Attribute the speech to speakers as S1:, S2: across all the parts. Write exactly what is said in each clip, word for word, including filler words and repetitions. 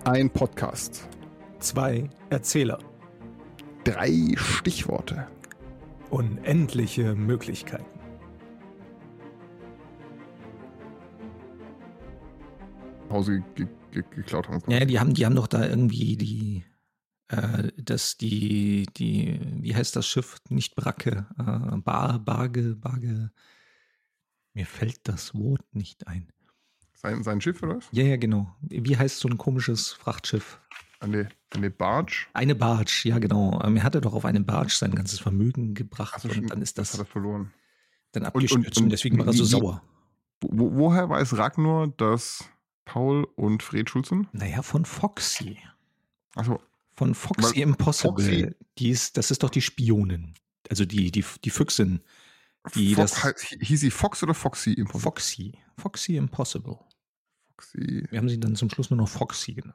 S1: Ein Podcast.
S2: Zwei Erzähler.
S1: Drei Stichworte.
S2: Unendliche Möglichkeiten.
S1: Hause ge ge geklaut haben.
S2: Ja, die haben, die haben doch da irgendwie die, äh, das, die, die, wie heißt das Schiff? Nicht Bracke, äh, Bar, Barge, Barge. Mir fällt das Wort nicht ein.
S1: Sein, sein Schiff, oder was?
S2: Ja, ja, genau. Wie heißt so ein komisches Frachtschiff?
S1: Eine, eine Barge?
S2: Eine Barge, ja, genau. Ähm, Er hatte doch auf eine Barge sein ganzes Vermögen gebracht
S1: Ach so,
S2: und
S1: stimmt.
S2: dann ist
S1: Das
S2: das,
S1: hat er verloren.
S2: dann
S1: und-
S2: abgestürzt und,
S1: und
S2: deswegen war er
S1: wie-
S2: so
S1: wie-
S2: sauer.
S1: Wo, woher weiß Ragnar, dass Paul und Fred schuld sind?
S2: Naja, von Foxy.
S1: Achso,
S2: Von Foxy
S1: Weil
S2: Impossible.
S1: Foxy-
S2: Die ist, das ist doch die Spionin. Also die, die, die Füchsin. Die
S1: Fo
S2: das-
S1: hei- hieß sie Fox oder Foxy? Impossible?
S2: Foxy. Foxy Impossible.
S1: Foxy
S2: Wir haben sie dann zum Schluss nur noch Foxy genannt.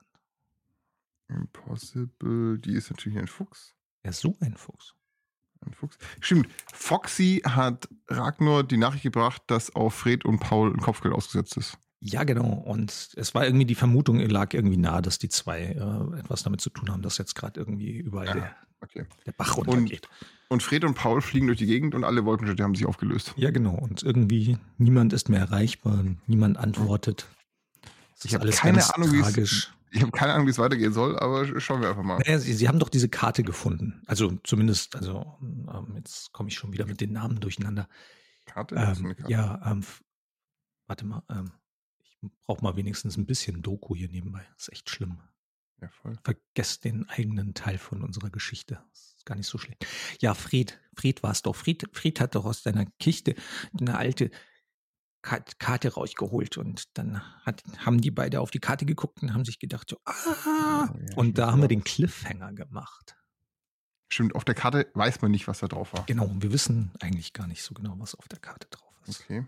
S1: Impossible. Die ist natürlich ein Fuchs.
S2: Ja, so ein Fuchs.
S1: Ein Fuchs. Stimmt. Foxy hat Ragnar die Nachricht gebracht, dass auf Fred und Paul ein Kopfgeld ausgesetzt ist.
S2: Ja, genau. Und es war irgendwie, die Vermutung lag irgendwie nahe, dass die zwei äh, etwas damit zu tun haben, dass jetzt gerade irgendwie überall
S1: Ja,
S2: der,
S1: Okay.
S2: der Bach runtergeht.
S1: Und Fred und Paul fliegen durch die Gegend und alle Wolkenstädte haben sich aufgelöst.
S2: Ja, genau. Und irgendwie niemand ist mehr erreichbar, niemand antwortet. Es
S1: Ich
S2: ist
S1: habe
S2: alles
S1: keine
S2: ganz
S1: Ahnung, wie es-
S2: tragisch.
S1: Ich habe keine Ahnung, wie es weitergehen soll, aber schauen wir einfach mal.
S2: Naja, sie, sie haben doch diese Karte gefunden. Also zumindest, also ähm, jetzt komme ich schon wieder mit den Namen durcheinander.
S1: Karte? Was ist
S2: Ähm,
S1: eine Karte?
S2: ja, ähm, f- warte mal, ähm, ich brauche mal wenigstens ein bisschen Doku hier nebenbei. Das ist echt schlimm.
S1: Ja, voll.
S2: Vergesst den eigenen Teil von unserer Geschichte. Das ist gar nicht so schlecht. Ja, Fred, Fred war es doch. Fred, Fred hat doch aus deiner Kiste eine alte Ka- Karte rausgeholt und dann hat, haben die beide auf die Karte geguckt und haben sich gedacht so, ah,
S1: Ja, ich
S2: und da
S1: weiß
S2: haben wir
S1: auch.
S2: den Cliffhanger gemacht.
S1: Stimmt, auf der Karte weiß man nicht, was da drauf war.
S2: Genau, wir wissen eigentlich gar nicht so genau, was auf der Karte drauf ist.
S1: Okay.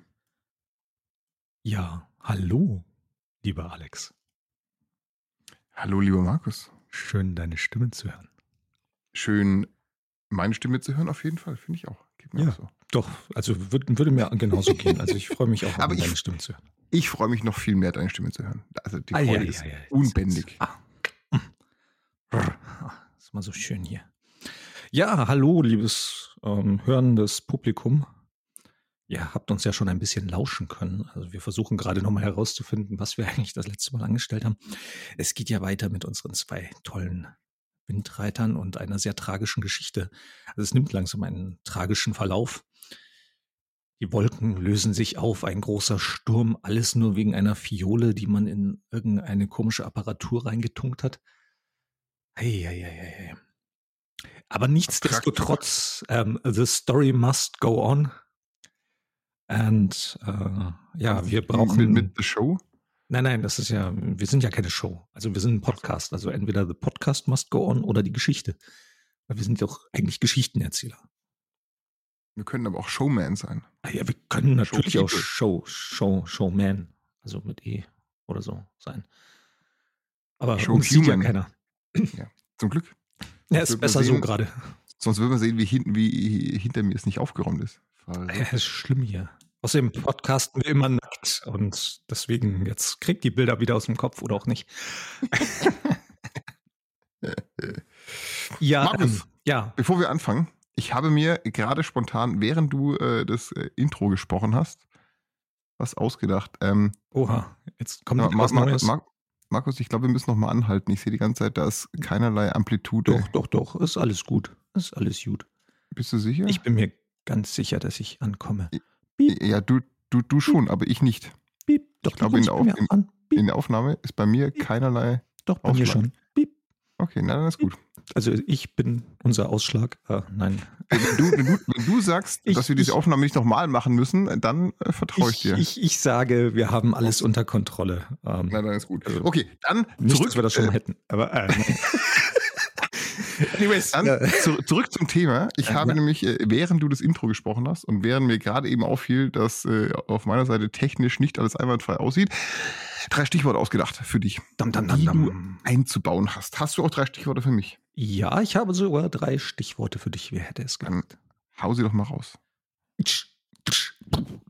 S2: Ja, hallo, lieber Alex.
S1: Hallo, lieber Markus.
S2: Schön, deine Stimme zu hören.
S1: Schön, meine Stimme zu hören, auf jeden Fall, finde ich auch. Geht mir
S2: Ja.
S1: auch so.
S2: Doch, also würd, würde mir genauso gehen. Also ich freue mich auch,
S1: Aber
S2: um
S1: ich-
S2: deine Stimme zu hören.
S1: Ich freue mich noch viel mehr, deine Stimme zu hören. Also die
S2: Ah,
S1: Freude
S2: ja,
S1: ist
S2: ja, ja.
S1: unbändig.
S2: Ah. Ah, ist mal so schön hier. Ja, hallo, liebes ähm, hörendes Publikum. Ihr habt uns ja schon ein bisschen lauschen können. Also wir versuchen gerade nochmal herauszufinden, was wir eigentlich das letzte Mal angestellt haben. Es geht ja weiter mit unseren zwei tollen Windreitern und einer sehr tragischen Geschichte. Also es nimmt langsam einen tragischen Verlauf. Die Wolken lösen sich auf, ein großer Sturm, alles nur wegen einer Fiole, die man in irgendeine komische Apparatur reingetunkt hat. Hey, hey, hey, hey, hey. Aber nichtsdestotrotz, ähm, the story must go on. Und äh, ja, wir brauchen.
S1: Mit, mit The Show?
S2: Nein, nein, das ist ja, wir sind ja keine Show. Also wir sind ein Podcast. Also entweder the podcast must go on oder die Geschichte. Weil wir sind doch eigentlich Geschichtenerzähler.
S1: Wir können aber auch Showman sein.
S2: Ah ja, wir können natürlich auch
S1: Showkeeper.
S2: Show, Show, Showman, also mit E oder so sein. Aber uns sieht ja
S1: Showhuman.
S2: keiner.
S1: Zum Glück.
S2: Ja,
S1: wird
S2: ist
S1: man
S2: besser so
S1: sehen.
S2: gerade.
S1: Sonst würden wir sehen, wie, hinten, wie hinter mir es nicht aufgeräumt ist. Verrückt.
S2: Ja, ist schlimm hier. Außerdem podcasten wir immer nackt und deswegen jetzt kriegt die Bilder wieder aus dem Kopf oder auch nicht. Ja,
S1: Markus.
S2: ähm, ja,
S1: Bevor wir anfangen, ich habe mir gerade spontan, während du äh, das äh, Intro gesprochen hast, was ausgedacht. Ähm,
S2: oha, jetzt kommt
S1: Ma
S2: wieder was
S1: Ma
S2: Neues.
S1: Ma Markus, ich glaube, wir müssen noch mal anhalten. Ich sehe die ganze Zeit, da ist keinerlei Amplitude.
S2: Doch, doch, doch, ist alles gut. Ist alles gut.
S1: Bist du sicher?
S2: Ich bin mir ganz sicher, dass ich ankomme.
S1: ja, du, du, du schon, aber ich nicht.
S2: Piep, doch,
S1: Ich glaube,
S2: du
S1: in
S2: kommst
S1: der
S2: bei
S1: Auf-
S2: mir an. Piep,
S1: In der Aufnahme ist bei mir keinerlei.
S2: doch, bei mir
S1: Ausschlag.
S2: schon. Piep.
S1: Okay, na dann ist gut.
S2: Also ich bin unser Ausschlag. Äh, nein.
S1: Wenn du, wenn du, wenn du sagst,
S2: Ich-
S1: dass wir diese
S2: ich-
S1: Aufnahme nicht nochmal machen müssen, dann äh, vertraue ich
S2: Ich,
S1: dir.
S2: ich, ich sage, wir haben alles unter Kontrolle. Ähm,
S1: na, dann ist gut.
S2: Also,
S1: Okay, dann
S2: nicht,
S1: zurück,
S2: dass wir das schon
S1: äh,
S2: hätten. Aber äh, nein. Anyways,
S1: Dann
S2: ja.
S1: zu, zurück zum Thema. Ich
S2: Ja,
S1: habe
S2: ja.
S1: nämlich, äh, während du das Intro gesprochen hast und während mir gerade eben auffiel, dass äh, auf meiner Seite technisch nicht alles einwandfrei aussieht, drei Stichworte ausgedacht für dich,
S2: Dam, dam, dam,
S1: die du
S2: dam.
S1: einzubauen hast. Hast du auch drei Stichworte für mich?
S2: Ja, ich habe sogar drei Stichworte für dich. Wer hätte es
S1: Dann
S2: gedacht?
S1: hau sie doch mal raus.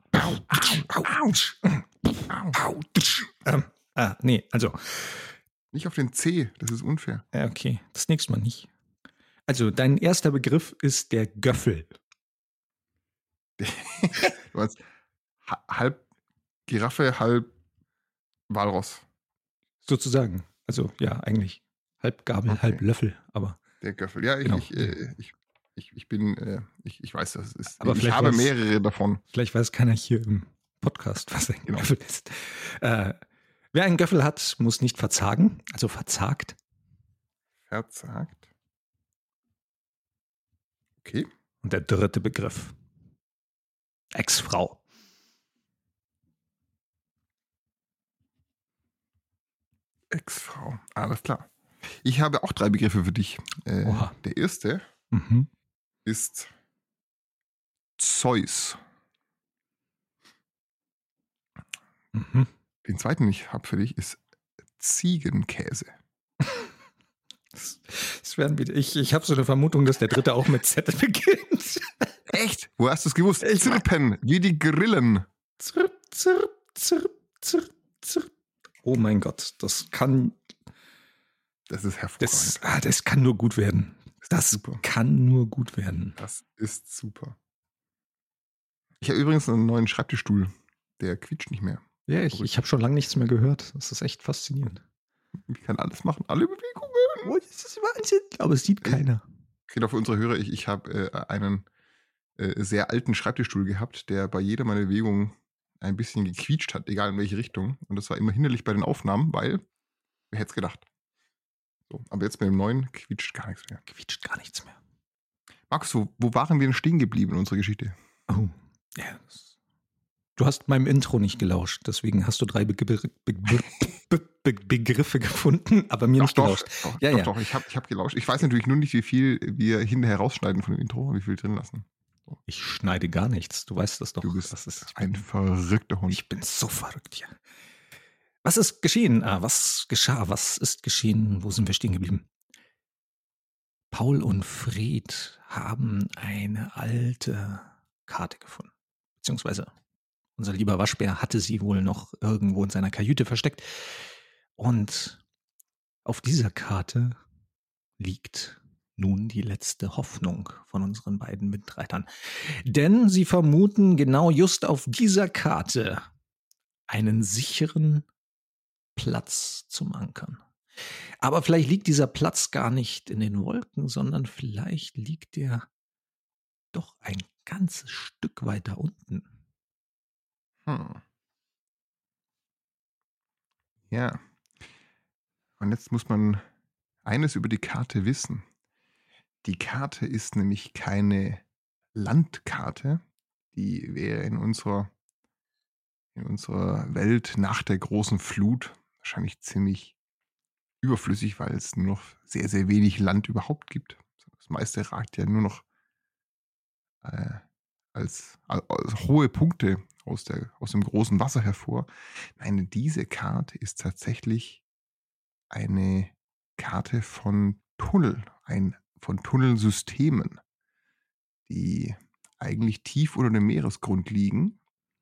S2: Ähm, ah, nee, also
S1: Nicht auf den C, das ist unfair.
S2: Ja, okay, das nächste Mal nicht. Also, dein erster Begriff ist der Göffel.
S1: Du meinst ha- halb Giraffe, halb Walross.
S2: Sozusagen. Also, ja, eigentlich. Halb Gabel,
S1: Okay.
S2: halb Löffel, aber.
S1: Der Göffel. Ja, ich,
S2: Genau.
S1: ich, äh, ich, ich, ich bin, äh, ich, ich weiß, das ist.
S2: Aber
S1: ich
S2: vielleicht
S1: habe
S2: weiß-
S1: mehrere davon.
S2: Vielleicht weiß keiner hier im Podcast, was ein
S1: Genau.
S2: Göffel ist. Äh, wer einen Göffel hat, muss nicht verzagen, also verzagt.
S1: Verzagt. Okay.
S2: Und der dritte Begriff. Ex-Frau.
S1: Ex-Frau. Alles klar. Ich habe auch drei Begriffe für dich. Äh,
S2: Oha.
S1: der erste
S2: Mhm.
S1: ist Zeus.
S2: Mhm.
S1: Den zweiten, den ich habe für dich, ist Ziegenkäse.
S2: Das, das werden wieder, ich ich habe so eine Vermutung, dass der dritte auch mit Z beginnt.
S1: Echt? Wo hast du es gewusst?
S2: Ich-
S1: Zirpen, wie die Grillen.
S2: Zirp, zirp, zirp, zirp, zirp. Oh mein Gott, das kann,
S1: Das ist hervorragend.
S2: das, ah, das kann nur gut werden. Das
S1: super.
S2: kann nur gut werden.
S1: Das ist super. Ich habe übrigens einen neuen Schreibtischstuhl. Der quietscht nicht mehr.
S2: Ja, ich, ich habe schon lange nichts mehr gehört. Das ist echt faszinierend.
S1: Ich kann alles machen, alle Bewegungen.
S2: Oh, das ist Wahnsinn. Aber es sieht keiner.
S1: Genau, für unsere Hörer, ich, ich habe äh, einen äh, sehr alten Schreibtischstuhl gehabt, der bei jeder meiner Bewegungen ein bisschen gequietscht hat, egal in welche Richtung. Und das war immer hinderlich bei den Aufnahmen, weil, wer hätte es gedacht? So, aber jetzt mit dem neuen quietscht gar nichts mehr.
S2: Quietscht gar nichts mehr.
S1: Markus, wo, wo waren wir denn stehen geblieben in unserer Geschichte?
S2: Oh, ja. das- Du hast meinem Intro nicht gelauscht, deswegen hast du drei Begr Be Be Be Be Begriffe gefunden, aber mir
S1: Doch,
S2: nicht
S1: doch,
S2: gelauscht.
S1: doch,
S2: Ja,
S1: doch,
S2: ja.
S1: doch, ich habe ich hab gelauscht. Ich weiß natürlich nur nicht, wie viel wir hinterher rausschneiden von dem Intro, wie viel drin lassen.
S2: Ich schneide gar nichts. Du weißt das doch.
S1: Du bist
S2: das ist, ich,
S1: ein
S2: bin,
S1: verrückter Hund.
S2: ich bin so verrückt hier. Was ist geschehen? Ah, was geschah? Was ist geschehen? Wo sind wir stehen geblieben? Paul und Fred haben eine alte Karte gefunden. Beziehungsweise unser lieber Waschbär hatte sie wohl noch irgendwo in seiner Kajüte versteckt. Und auf dieser Karte liegt nun die letzte Hoffnung von unseren beiden Mitreitern. Denn sie vermuten genau just auf dieser Karte einen sicheren Platz zum Ankern. Aber vielleicht liegt dieser Platz gar nicht in den Wolken, sondern vielleicht liegt er doch ein ganzes Stück weiter unten.
S1: Hm. Ja. Und jetzt muss man eines über die Karte wissen. Die Karte ist nämlich keine Landkarte. Die wäre in unserer, in unserer Welt nach der großen Flut wahrscheinlich ziemlich überflüssig, weil es nur noch sehr, sehr wenig Land überhaupt gibt. Das meiste ragt ja nur noch äh, als, als hohe Punkte aus, der, aus dem großen Wasser hervor. Nein, diese Karte ist tatsächlich eine Karte von Tunnel, ein, von Tunnelsystemen, die eigentlich tief unter dem Meeresgrund liegen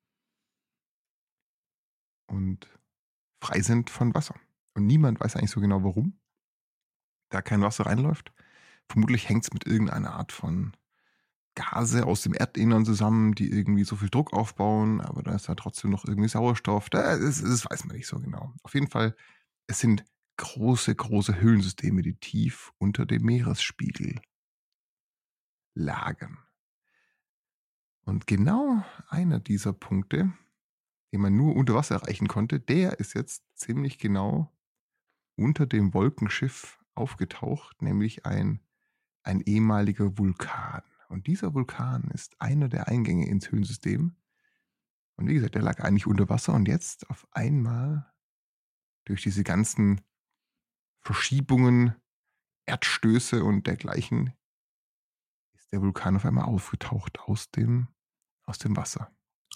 S1: und frei sind von Wasser. Und niemand weiß eigentlich so genau, warum da kein Wasser reinläuft. Vermutlich hängt es mit irgendeiner Art von Gase aus dem Erdinnern zusammen, die irgendwie so viel Druck aufbauen, aber da ist da trotzdem noch irgendwie Sauerstoff. Das, das weiß man nicht so genau. Auf jeden Fall, es sind große, große Höhlensysteme, die tief unter dem Meeresspiegel lagern. Und genau einer dieser Punkte, den man nur unter Wasser erreichen konnte, der ist jetzt ziemlich genau unter dem Wolkenschiff aufgetaucht, nämlich ein, ein ehemaliger Vulkan. Und dieser Vulkan ist einer der Eingänge ins Höhlensystem. Und wie gesagt, der lag eigentlich unter Wasser und jetzt auf einmal durch diese ganzen Verschiebungen, Erdstöße und dergleichen ist der Vulkan auf einmal aufgetaucht aus dem, aus dem Wasser.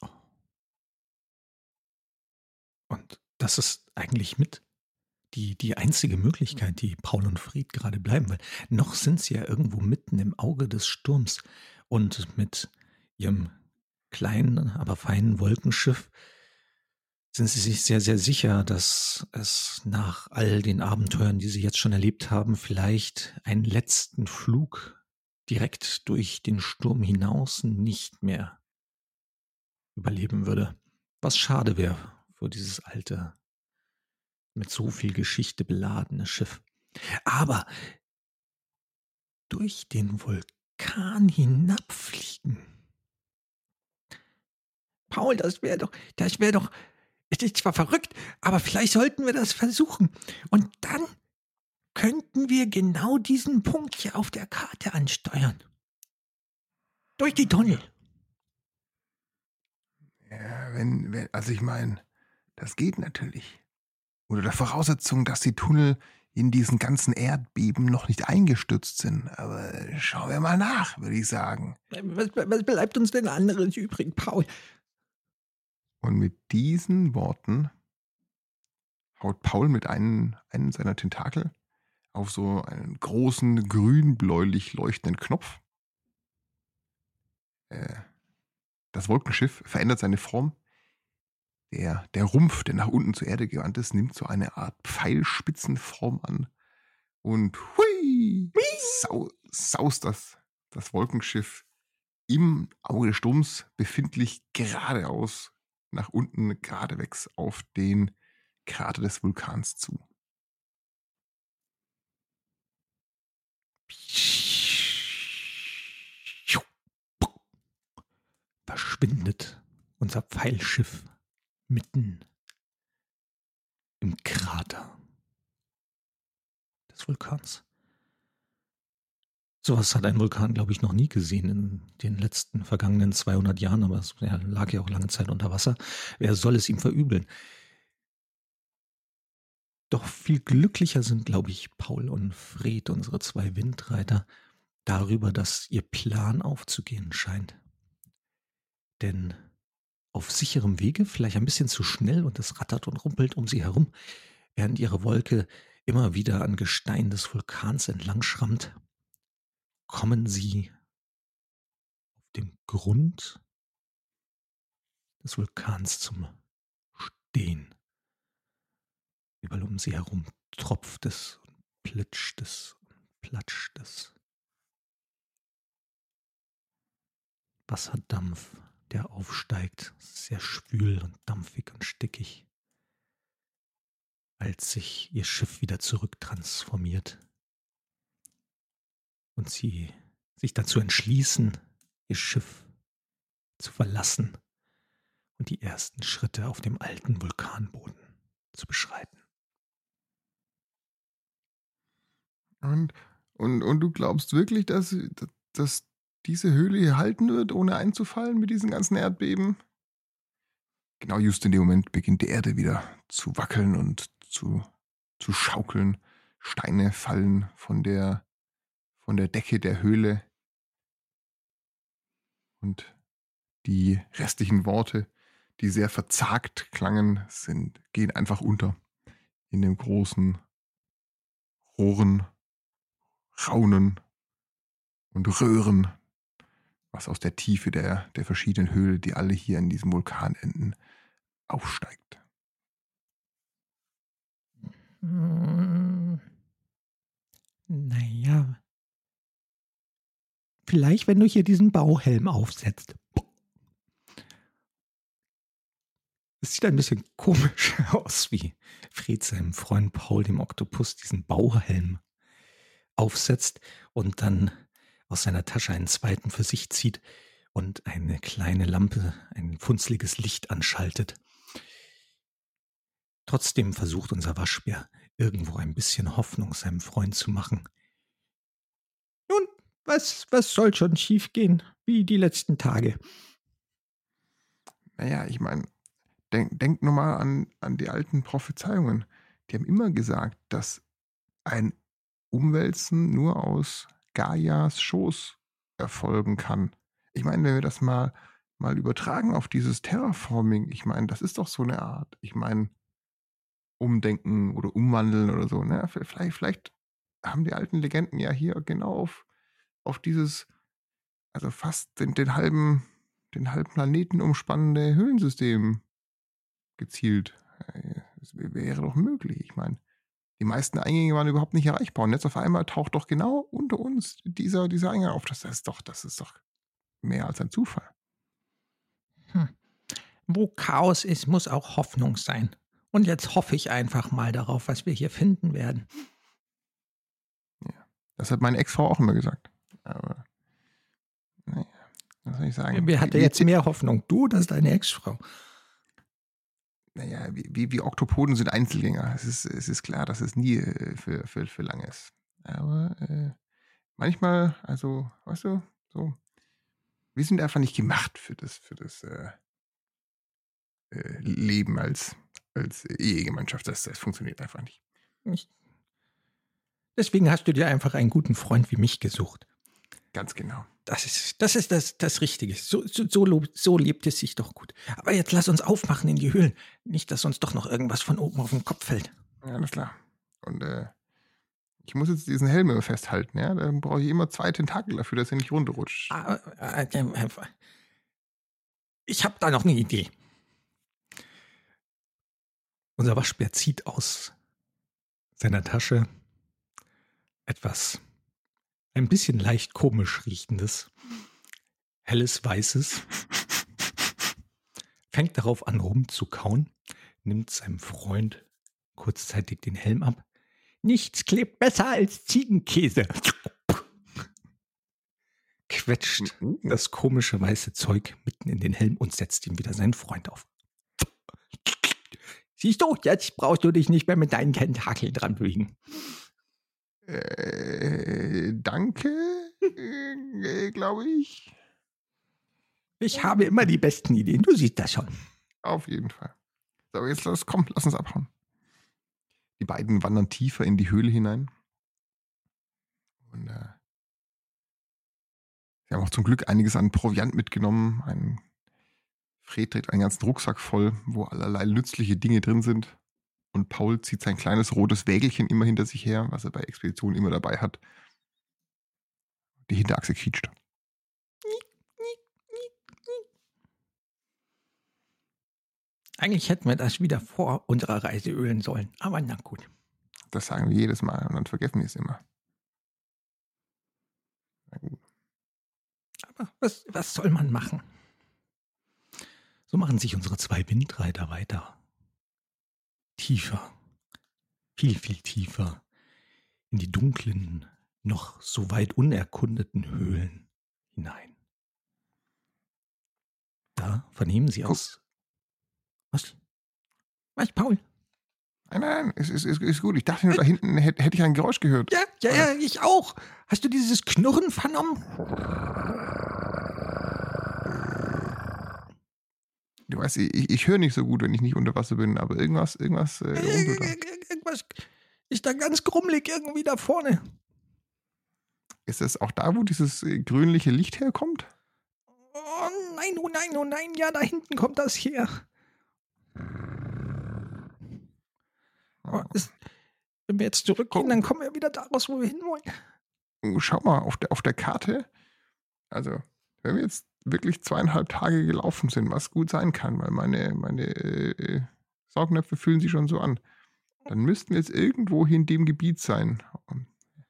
S2: Und das ist eigentlich mit die, die einzige Möglichkeit, die Paul und Fred gerade bleiben, weil noch sind sie ja irgendwo mitten im Auge des Sturms und mit ihrem kleinen, aber feinen Wolkenschiff Sind Sie sich sehr, sehr sicher, dass es nach all den Abenteuern, die Sie jetzt schon erlebt haben, vielleicht einen letzten Flug direkt durch den Sturm hinaus nicht mehr überleben würde? Was schade wäre für dieses alte, mit so viel Geschichte beladene Schiff. Aber durch den Vulkan hinabfliegen. Paul, das wäre doch, das wäre doch, es ist zwar verrückt, aber vielleicht sollten wir das versuchen. Und dann könnten wir genau diesen Punkt hier auf der Karte ansteuern. Durch die Tunnel.
S1: Ja, wenn, wenn also ich meine, das geht natürlich. Unter der Voraussetzung, dass die Tunnel in diesen ganzen Erdbeben noch nicht eingestürzt sind. Aber schauen wir mal nach, würde ich sagen.
S2: Was, was bleibt uns denn anderes übrig, Paul?
S1: Und mit diesen Worten haut Paul mit einem, einem seiner Tentakel auf so einen großen, grün-bläulich leuchtenden Knopf. Äh, das Wolkenschiff verändert seine Form. Der, der Rumpf, der nach unten zur Erde gewandt ist, nimmt so eine Art Pfeilspitzenform an. Und hui, sau, saust das, das Wolkenschiff im Auge des Sturms befindlich geradeaus nach unten geradewegs auf den Krater des Vulkans zu.
S2: Verschwindet unser Pfeilschiff mitten im Krater des Vulkans. Sowas hat ein Vulkan, glaube ich, noch nie gesehen in den letzten vergangenen zweihundert Jahren, aber es ja, lag ja auch lange Zeit unter Wasser. Wer soll es ihm verübeln? Doch viel glücklicher sind, glaube ich, Paul und Fred, unsere zwei Windreiter, darüber, dass ihr Plan aufzugehen scheint. Denn auf sicherem Wege, vielleicht ein bisschen zu schnell und es rattert und rumpelt um sie herum, während ihre Wolke immer wieder an Gestein des Vulkans entlang schrammt, kommen sie auf dem Grund des Vulkans zum Stehen. Überall um sie herum tropft es und plitscht es und platscht es. Wasserdampf, der aufsteigt, sehr schwül und dampfig und stickig, als sich ihr Schiff wieder zurücktransformiert und sie sich dazu entschließen, ihr Schiff zu verlassen und die ersten Schritte auf dem alten Vulkanboden zu beschreiten.
S1: Und, und, und du glaubst wirklich, dass, dass diese Höhle hier halten wird, ohne einzufallen mit diesen ganzen Erdbeben? Genau just in dem Moment beginnt die Erde wieder zu wackeln und zu, zu schaukeln. Steine fallen von der, von der Decke der Höhle. Und die restlichen Worte, die sehr verzagt klangen, sind, gehen einfach unter in dem großen Rohren, Raunen und Röhren, was aus der Tiefe der, der verschiedenen Höhle, die alle hier in diesem Vulkan enden, aufsteigt.
S2: Hm, naja, vielleicht wenn du hier diesen Bauhelm aufsetzt. Es sieht ein bisschen komisch aus, wie Fred seinem Freund Paul, dem Oktopus, diesen Bauhelm aufsetzt und dann aus seiner Tasche einen zweiten für sich zieht und eine kleine Lampe, ein funzliges Licht anschaltet. Trotzdem versucht unser Waschbär irgendwo ein bisschen Hoffnung seinem Freund zu machen. Nun, was, was soll schon schiefgehen, wie die letzten Tage?
S1: Naja, ich meine, denk, denk nur mal an, an die alten Prophezeiungen. Die haben immer gesagt, dass ein Umwälzen nur aus Gaias Schoß erfolgen kann. Ich meine, wenn wir das mal, mal übertragen auf dieses Terraforming, ich meine, das ist doch so eine Art, ich meine, umdenken oder umwandeln oder so. Ne? Vielleicht, vielleicht haben die alten Legenden ja hier genau auf, auf dieses, also fast den, den halben, den halben Planeten umspannende Höhlensystem gezielt. Äh, Das wäre doch möglich. Ich meine, die meisten Eingänge waren überhaupt nicht erreichbar. Und jetzt auf einmal taucht doch genau unter uns dieser, dieser Eingang auf. Das, das, ist doch, das ist doch mehr als ein Zufall.
S2: Hm. Wo Chaos ist, muss auch Hoffnung sein. Und jetzt hoffe ich einfach mal darauf, was wir hier finden werden.
S1: Ja. Das hat meine Ex-Frau auch immer gesagt. Aber, naja, was soll ich sagen?
S2: Wer hatte
S1: Wie-
S2: jetzt mehr Hoffnung? Du oder deine Ex-Frau?
S1: Naja, wie, wie, wie Oktopoden sind Einzelgänger. Es ist, es ist klar, dass es nie äh, für, für, für lange ist. Aber äh, manchmal, also, weißt du, so, wir sind einfach nicht gemacht für das, für das äh, äh, Leben als, als Ehegemeinschaft. Das, das funktioniert einfach nicht.
S2: Ich, deswegen hast du dir einfach einen guten Freund wie mich gesucht.
S1: Ganz genau.
S2: Das ist das, ist das, das Richtige. So, so, so, lo- so lebt es sich doch gut. Aber jetzt lass uns aufmachen in die Höhlen. Nicht, dass uns doch noch irgendwas von oben auf den Kopf fällt.
S1: Ja, alles klar. Und äh, ich muss jetzt diesen Helm immer festhalten, ja? Dann brauche ich immer zwei Tentakel dafür, dass er nicht runterrutscht.
S2: Ah, äh, äh, Ich habe da noch eine Idee. Unser Waschbär zieht aus seiner Tasche etwas ein bisschen leicht komisch riechendes, helles Weißes, fängt darauf an rumzukauen, nimmt seinem Freund kurzzeitig den Helm ab. Nichts klebt besser als Ziegenkäse. Quetscht
S1: Mhm.
S2: das komische weiße Zeug mitten in den Helm und setzt ihm wieder seinen Freund auf. Siehst du, jetzt brauchst du dich nicht mehr mit deinen Tentakeln dran bewegen.
S1: Äh, danke, äh, glaube ich.
S2: Ich habe immer die besten Ideen, du siehst das schon.
S1: Auf jeden Fall. So, jetzt los, komm, lass uns abhauen. Die beiden wandern tiefer in die Höhle hinein. Und äh, sie haben auch zum Glück einiges an Proviant mitgenommen. Ein Fred trägt einen ganzen Rucksack voll, wo allerlei nützliche Dinge drin sind. Und Paul zieht sein kleines rotes Wägelchen immer hinter sich her, was er bei Expeditionen immer dabei hat. Die Hinterachse quietscht.
S2: Eigentlich hätten wir das wieder vor unserer Reise ölen sollen, aber na gut.
S1: Das sagen wir jedes Mal und dann vergessen wir es immer. Na gut.
S2: Aber was, was soll man machen? So machen sich unsere zwei Windreiter weiter. Tiefer, viel, viel tiefer in die dunklen, noch so weit unerkundeten Höhlen hinein. Da vernehmen sie aus. Was? Was, Paul?
S1: Nein, nein, es ist, ist, ist gut. Ich dachte nur, da hinten hätte, hätte ich ein Geräusch gehört.
S2: Ja, ja, ja, ich auch. Hast du dieses Knurren vernommen?
S1: Du weißt, ich, ich höre nicht so gut, wenn ich nicht unter Wasser bin, aber irgendwas, irgendwas äh, rumpelt da.
S2: Irgendwas ist da ganz grummelig irgendwie da vorne.
S1: Ist das auch da, wo dieses äh, grünliche Licht herkommt?
S2: Oh nein, oh nein, oh nein, ja, da hinten kommt das her. Oh, ist, wenn wir jetzt zurückgehen,
S1: Oh.
S2: dann kommen wir wieder da raus, wo wir hinwollen.
S1: Oh, schau mal, auf der, auf der Karte, also wenn wir jetzt wirklich zweieinhalb Tage gelaufen sind, was gut sein kann, weil meine, meine äh, Saugnäpfe fühlen sich schon so an, dann müssten wir jetzt irgendwo hier in dem Gebiet sein. Und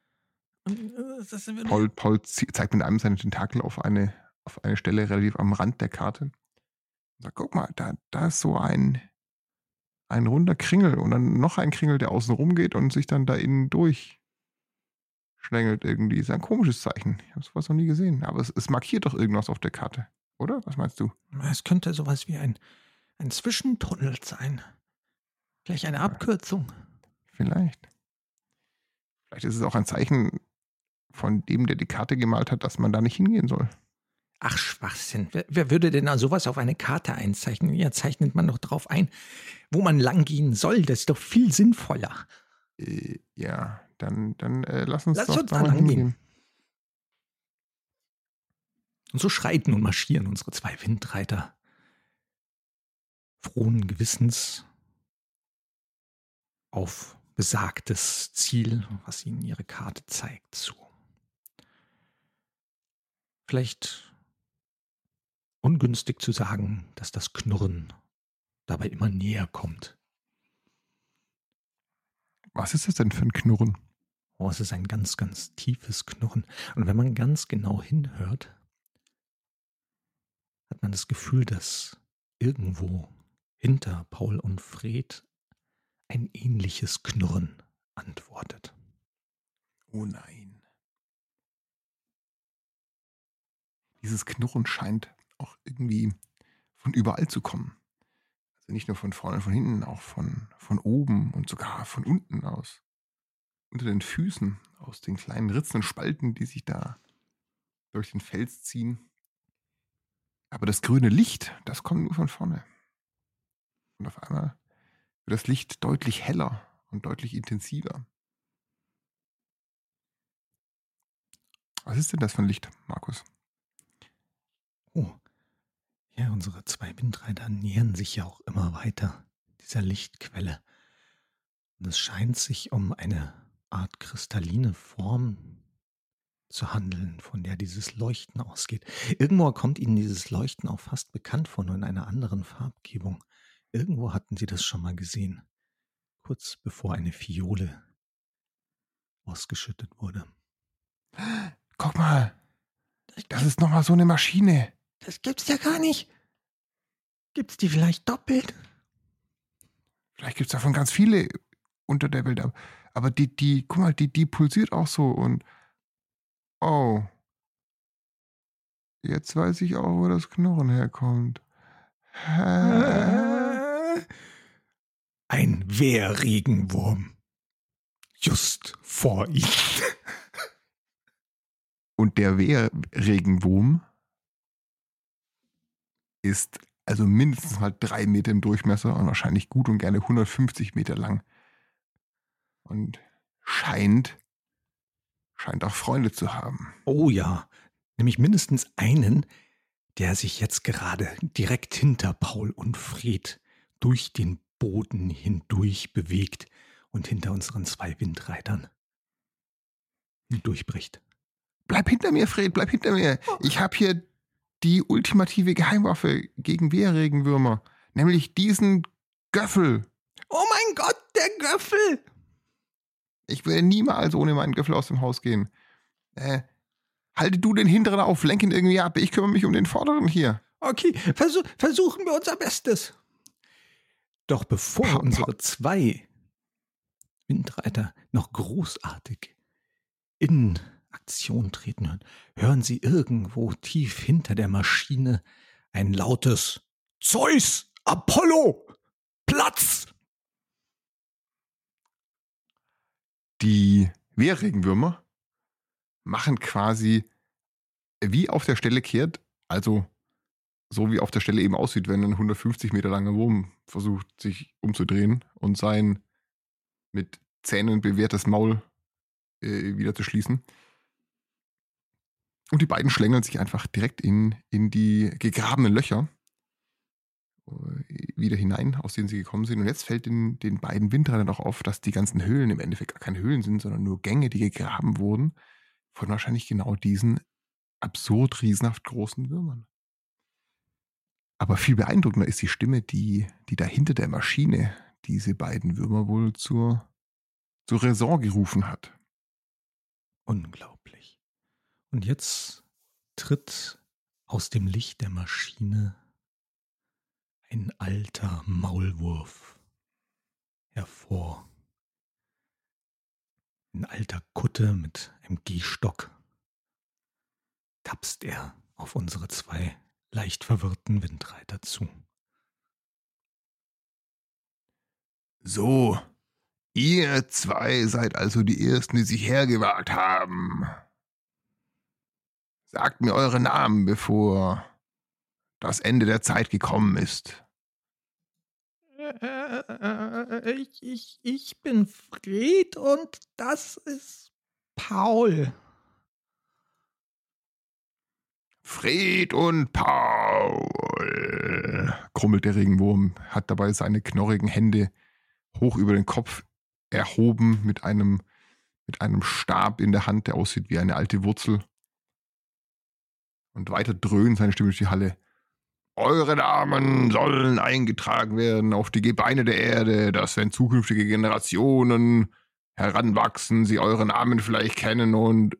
S1: Paul, Paul zie- zeigt mit einem seiner Tentakel auf eine, auf eine Stelle relativ am Rand der Karte. Und sagt, guck mal, da, da ist so ein, ein runder Kringel und dann noch ein Kringel, der außen rum geht und sich dann da innen durchschlängelt irgendwie. Ist ein komisches Zeichen. Ich habe sowas noch nie gesehen. Aber es, es markiert doch irgendwas auf der Karte. Oder? Was meinst du?
S2: Es könnte sowas wie ein, ein Zwischentunnel sein. Vielleicht eine Abkürzung.
S1: Vielleicht. Vielleicht ist es auch ein Zeichen von dem, der die Karte gemalt hat, dass man da nicht hingehen soll.
S2: Ach, Schwachsinn. Wer, wer würde denn sowas auf eine Karte einzeichnen? Ja, zeichnet man doch drauf ein, wo man lang gehen soll. Das ist doch viel sinnvoller.
S1: Äh, ja, dann, dann äh, lass uns
S2: Lass
S1: doch
S2: uns
S1: da
S2: da
S1: mal
S2: lang
S1: hingehen.
S2: gehen. Und so schreiten und marschieren unsere zwei Windreiter frohen Gewissens auf besagtes Ziel, was ihnen ihre Karte zeigt, zu. Vielleicht ungünstig zu sagen, dass das Knurren dabei immer näher kommt.
S1: Was ist das denn für ein Knurren?
S2: Oh, es ist ein ganz, ganz tiefes Knurren. Und wenn man ganz genau hinhört, hat man das Gefühl, dass irgendwo hinter Paul und Fred ein ähnliches Knurren antwortet.
S1: Oh nein. Dieses Knurren scheint auch irgendwie von überall zu kommen. Also nicht nur von vorne, von hinten, auch von, von oben und sogar von unten aus. Unter den Füßen, aus den kleinen Ritzen und Spalten, die sich da durch den Fels ziehen. Aber das grüne Licht, das kommt nur von vorne. Und auf einmal wird das Licht deutlich heller und deutlich intensiver. Was ist denn das für ein Licht, Markus?
S2: Oh, ja, unsere zwei Windreiter nähern sich ja auch immer weiter dieser Lichtquelle. Und es scheint sich um eine Art kristalline Form zu handeln, von der dieses Leuchten ausgeht. Irgendwo kommt Ihnen dieses Leuchten auch fast bekannt vor, nur in einer anderen Farbgebung. Irgendwo hatten Sie das schon mal gesehen, kurz bevor eine Fiole ausgeschüttet wurde.
S1: Guck mal, das ist nochmal so eine Maschine.
S2: Das gibt's ja gar nicht. Gibt's die vielleicht doppelt?
S1: Vielleicht gibt es davon ganz viele unter der Welt. Aber die, die, guck mal, die, die pulsiert auch so und oh. Jetzt weiß ich auch, wo das Knurren herkommt. Hä?
S2: Ein Wehrregenwurm. Just vor Ihnen.
S1: Und der Wehrregenwurm ist also mindestens mal drei Meter im Durchmesser und wahrscheinlich gut und gerne hundertfünfzig Meter lang. Und scheint, scheint auch Freunde zu haben.
S2: Oh ja, nämlich mindestens einen, der sich jetzt gerade direkt hinter Paul und Fred durch den Boden hindurch bewegt und hinter unseren zwei Windreitern durchbricht.
S1: Bleib hinter mir, Fred, bleib hinter mir. Ich habe hier die ultimative Geheimwaffe gegen Wehrregenwürmer, nämlich diesen Göffel.
S2: Oh mein Gott, der Göffel!
S1: Ich würde niemals ohne meinen Göffel aus dem Haus gehen. Äh, halte du den hinteren auf, lenk ihn irgendwie ab. Ich kümmere mich um den vorderen hier.
S2: Okay, versuch, versuchen wir unser Bestes. Doch bevor
S1: Pa- pa-
S2: unsere zwei Windreiter noch großartig in Aktion treten hören, hören sie irgendwo tief hinter der Maschine ein lautes Zeus, Apollo, Platz!
S1: Die Wehrregenwürmer machen quasi wie auf der Stelle kehrt, also so wie auf der Stelle eben aussieht, wenn ein hundertfünfzig Meter langer Wurm versucht, sich umzudrehen und sein mit Zähnen bewehrtes Maul äh, wieder zu schließen. Und die beiden schlängeln sich einfach direkt in, in die gegrabenen Löcher äh, wieder hinein, aus denen sie gekommen sind. Und jetzt fällt den, den beiden Windrädern auch auf, dass die ganzen Höhlen im Endeffekt gar keine Höhlen sind, sondern nur Gänge, die gegraben wurden von wahrscheinlich genau diesen absurd riesenhaft großen Würmern. Aber viel beeindruckender ist die Stimme, die, die da hinter der Maschine diese beiden Würmer wohl zur, zur Raison gerufen hat.
S2: Unglaublich. Und jetzt tritt aus dem Licht der Maschine ein alter Maulwurf hervor. In alter Kutte mit einem Gehstock tapst er auf unsere zwei leicht verwirrten Windreiter zu.
S1: So, ihr zwei seid also die Ersten, die sich hergewagt haben. Sagt mir eure Namen, bevor das Ende der Zeit gekommen ist.
S2: Äh, ich, ich, ich bin Fred und das ist Paul.
S1: Fred und Paul, krummelt der Regenwurm, hat dabei seine knorrigen Hände hoch über den Kopf erhoben mit einem, mit einem Stab in der Hand, der aussieht wie eine alte Wurzel. Und weiter dröhnt seine Stimme durch die Halle. Eure Namen sollen eingetragen werden auf die Gebeine der Erde, dass wenn zukünftige Generationen heranwachsen, sie eure Namen vielleicht kennen und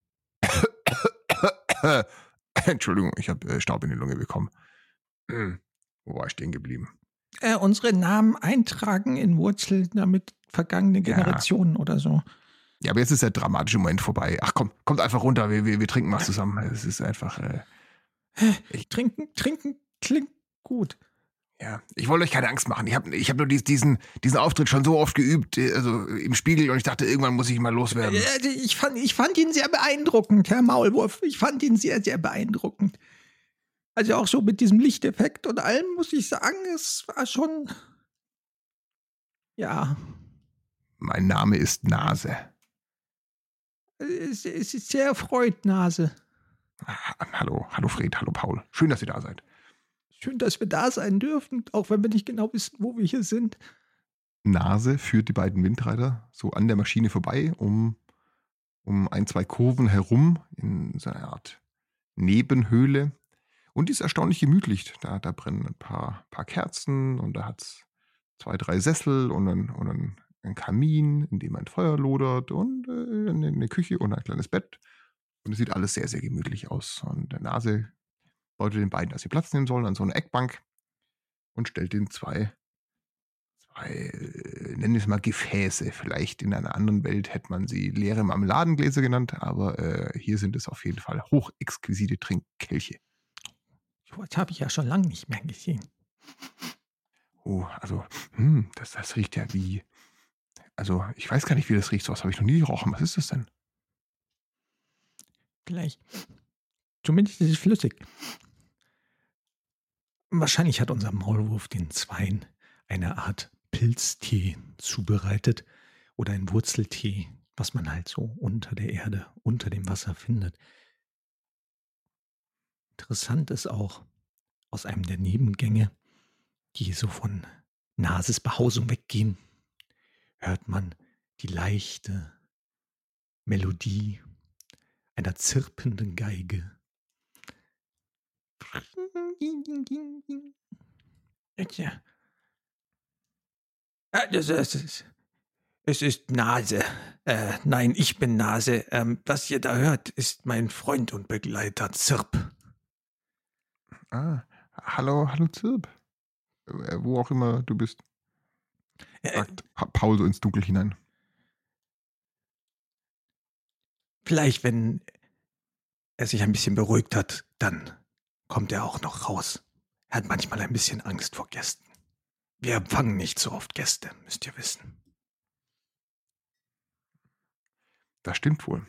S1: Entschuldigung, ich habe äh, Staub in die Lunge bekommen. Hm. Wo war ich stehen geblieben?
S2: Äh, unsere Namen eintragen in Wurzeln, damit vergangene Generationen ja. oder so.
S1: Ja, aber jetzt ist der dramatische Moment vorbei. Ach komm, kommt einfach runter, wir, wir, wir trinken was zusammen. Es ist einfach... Äh,
S2: ich, trinken, trinken klingt gut.
S1: Ja, ich wollte euch keine Angst machen. Ich habe ich hab nur diesen, diesen Auftritt schon so oft geübt, also im Spiegel, und ich dachte, irgendwann muss ich ihn mal loswerden.
S2: Ich fand, ich fand ihn sehr beeindruckend, Herr Maulwurf. Ich fand ihn sehr, sehr beeindruckend. Also auch so mit diesem Lichteffekt und allem, muss ich sagen, es war schon... Ja.
S1: Mein Name ist Nase.
S2: Es, es ist sehr erfreut, Nase.
S1: Ah, hallo, hallo Fred, hallo Paul. Schön, dass ihr da seid.
S2: Schön, dass wir da sein dürfen, auch wenn wir nicht genau wissen, wo wir hier sind.
S1: Nase führt die beiden Windreiter so an der Maschine vorbei, um, um ein, zwei Kurven herum in so einer Art Nebenhöhle. Und die ist erstaunlich gemütlich. Da, da brennen ein paar, paar Kerzen und da hat es zwei, drei Sessel und ein, und ein, ein Kamin, in dem ein Feuer lodert und äh, eine, eine Küche und ein kleines Bett. Und es sieht alles sehr, sehr gemütlich aus. Und der Nase wollte den beiden, dass sie Platz nehmen sollen, an so eine Eckbank und stellt den zwei, zwei äh, nennen wir es mal Gefäße. Vielleicht in einer anderen Welt hätte man sie leere Marmeladengläser genannt, aber äh, hier sind es auf jeden Fall hochexquisite Trinkkelche.
S2: Das habe ich ja schon lange nicht mehr gesehen.
S1: Oh, also, hm, das, das riecht ja wie, also ich weiß gar nicht, wie das riecht, sowas habe ich noch nie gerochen. Was ist das denn?
S2: Gleich. Zumindest ist es flüssig. Wahrscheinlich hat unser Maulwurf den Zweien eine Art Pilztee zubereitet oder ein Wurzeltee, was man halt so unter der Erde, unter dem Wasser findet. Interessant ist auch, aus einem der Nebengänge, die so von Nases Behausung weggehen, hört man die leichte Melodie einer zirpenden Geige. Ja. Das ist, es ist Nase. Äh, nein, ich bin Nase. Ähm, was ihr da hört, ist mein Freund und Begleiter Zirp.
S1: Ah, hallo, hallo Zirp. Äh, wo auch immer du bist. Sagt äh, Paul so ins Dunkel hinein.
S2: Vielleicht, wenn er sich ein bisschen beruhigt hat, dann kommt er auch noch raus. Er hat manchmal ein bisschen Angst vor Gästen. Wir empfangen nicht so oft Gäste, müsst ihr wissen.
S1: Das stimmt wohl.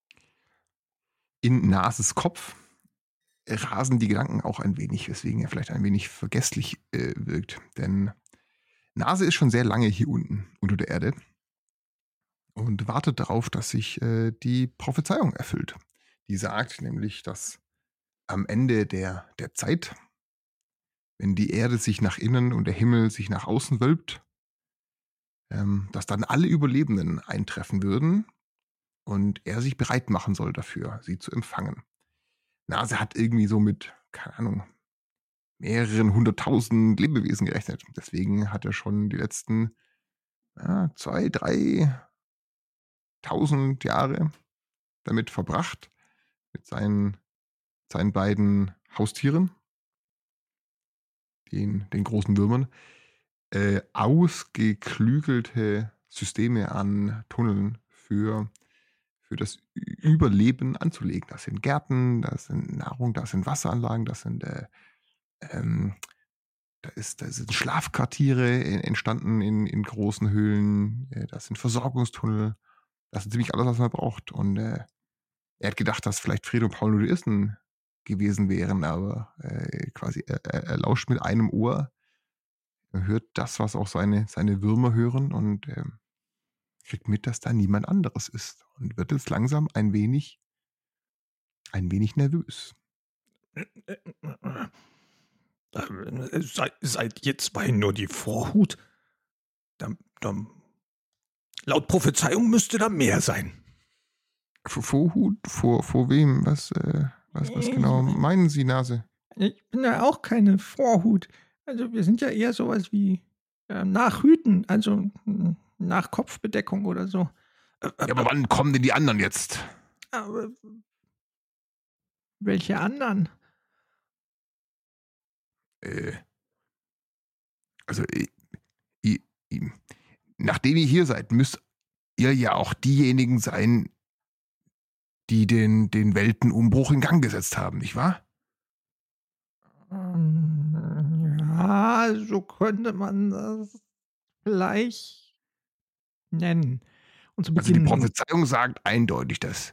S1: In Nases Kopf rasen die Gedanken auch ein wenig, weswegen er vielleicht ein wenig vergesslich äh, wirkt. Denn Nase ist schon sehr lange hier unten unter der Erde und wartet darauf, dass sich äh, die Prophezeiung erfüllt. Die sagt nämlich, dass am Ende der, der Zeit, wenn die Erde sich nach innen und der Himmel sich nach außen wölbt, ähm, dass dann alle Überlebenden eintreffen würden und er sich bereit machen soll dafür, sie zu empfangen. Nase hat irgendwie so mit, keine Ahnung, mehreren hunderttausend Lebewesen gerechnet. Deswegen hat er schon die letzten ja, zwei, drei tausend Jahre damit verbracht, mit seinen, seinen beiden Haustieren, den, den großen Würmern, äh, ausgeklügelte Systeme an Tunneln für, für das Überleben anzulegen. Das sind Gärten, das sind Nahrung, das sind Wasseranlagen, das sind äh, ähm, da, ist, da sind Schlafquartiere entstanden in, in großen Höhlen, äh, das sind Versorgungstunnel, das ist ziemlich alles, was man braucht. Und äh, er hat gedacht, dass vielleicht Fred und Paul nur die Ersten gewesen wären, aber äh, quasi er, er lauscht mit einem Ohr, er hört das, was auch seine, seine Würmer hören und äh, kriegt mit, dass da niemand anderes ist und wird jetzt langsam ein wenig, ein wenig nervös.
S2: Seid, seid ihr zwei nur die Vorhut? Da, da, laut Prophezeiung müsste da mehr sein.
S1: Vor Vorhut? Vor, vor wem? Was, äh, was, was genau meinen Sie, Nase?
S2: Ich bin ja auch keine Vorhut. Also wir sind ja eher sowas wie äh, Nachhüten, also mm, nach Kopfbedeckung oder so. Äh,
S1: Ja, aber wann kommen denn die anderen jetzt?
S2: Aber welche anderen?
S1: Äh, also, äh, i- i- nachdem ihr hier seid, müsst ihr ja auch diejenigen sein, die den, den Weltenumbruch in Gang gesetzt haben, nicht wahr?
S2: Ähm, Ja, so könnte man das vielleicht nennen. Und zu
S1: Also die
S2: Beginn,
S1: Prophezeiung sagt eindeutig, dass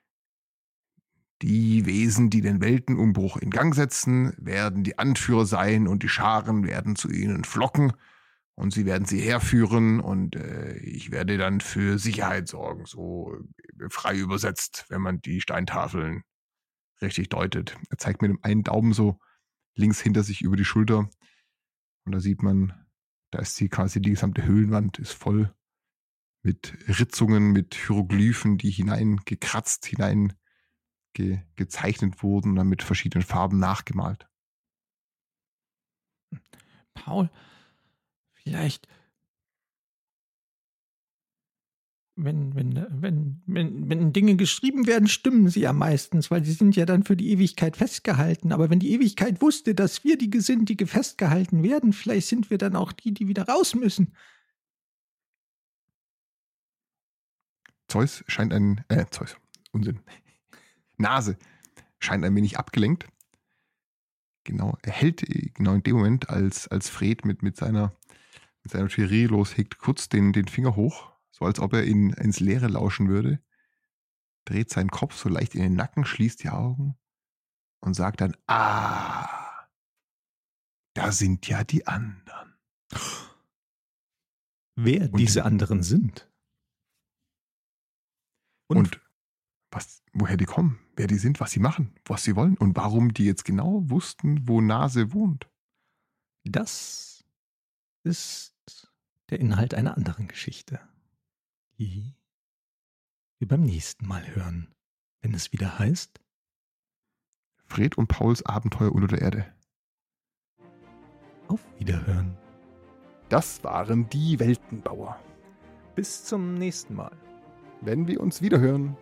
S1: die Wesen, die den Weltenumbruch in Gang setzen, werden die Anführer sein und die Scharen werden zu ihnen flocken und sie werden sie herführen und äh, ich werde dann für Sicherheit sorgen, so äh, frei übersetzt, wenn man die Steintafeln richtig deutet. Er zeigt mit dem einen Daumen so links hinter sich über die Schulter und da sieht man, da ist sie quasi, die gesamte Höhlenwand ist voll mit Ritzungen, mit Hieroglyphen, die hineingekratzt, hinein ge gezeichnet wurden und dann mit verschiedenen Farben nachgemalt.
S2: Paul, vielleicht, wenn, wenn, wenn, wenn, wenn Dinge geschrieben werden, stimmen sie ja meistens, weil sie sind ja dann für die Ewigkeit festgehalten. Aber wenn die Ewigkeit wusste, dass wir die sind, die festgehalten werden, vielleicht sind wir dann auch die, die wieder raus müssen.
S1: Zeus scheint ein, äh, Zeus, Unsinn. Nase scheint ein wenig abgelenkt. Genau, er hält äh, genau in dem Moment, als, als Fred mit, mit seiner, mit seiner Theorie loshegt, kurz den, den Finger hoch, so als ob er in, ins Leere lauschen würde, dreht seinen Kopf so leicht in den Nacken, schließt die Augen und sagt dann, ah, da sind ja die anderen.
S2: Wer
S1: Und
S2: diese
S1: die,
S2: anderen sind. Und,
S1: und was, woher die kommen, wer die sind, was sie machen, was sie wollen und warum die jetzt genau wussten, wo Nase wohnt.
S2: das ist der Inhalt einer anderen Geschichte, die wir beim nächsten Mal hören, wenn es wieder heißt:
S1: Fred und Pauls Abenteuer unter der Erde.
S2: Auf Wiederhören.
S1: Das waren die Weltenbauer.
S2: Bis zum nächsten Mal.
S1: Wenn wir uns wiederhören.